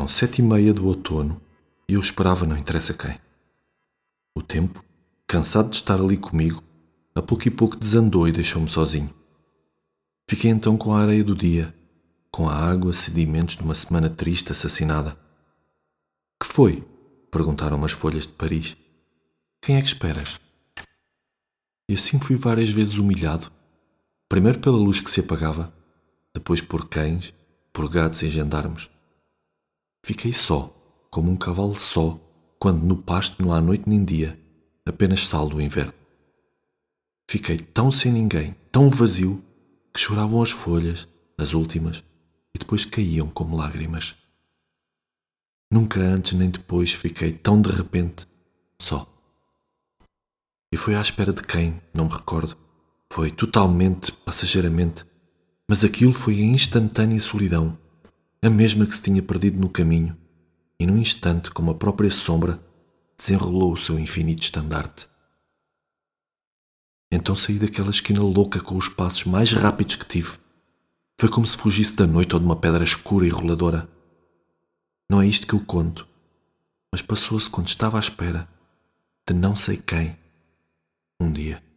Eram 7:30 do outono e eu esperava não interessa quem. O tempo, cansado de estar ali comigo, a pouco e pouco desandou e deixou-me sozinho. Fiquei então com a areia do dia, com a água, sedimentos de uma semana triste assassinada. Que foi? Perguntaram-me as folhas de Paris. Quem é que esperas? E assim fui várias vezes humilhado, primeiro pela luz que se apagava, depois por cães, por gatos e gendarmes. Fiquei só, como um cavalo só, quando no pasto não há noite nem dia, apenas sal do inverno. Fiquei tão sem ninguém, tão vazio, que choravam as folhas, as últimas, e depois caíam como lágrimas. Nunca antes nem depois fiquei tão de repente só. E foi à espera de quem, não me recordo. Foi totalmente, passageiramente, mas aquilo foi a instantânea solidão, a mesma que se tinha perdido no caminho, e num instante, como a própria sombra, desenrolou o seu infinito estandarte. Então saí daquela esquina louca com os passos mais rápidos que tive. Foi como se fugisse da noite ou de uma pedra escura e roladora. Não é isto que eu conto, mas passou-se quando estava à espera de não sei quem, um dia.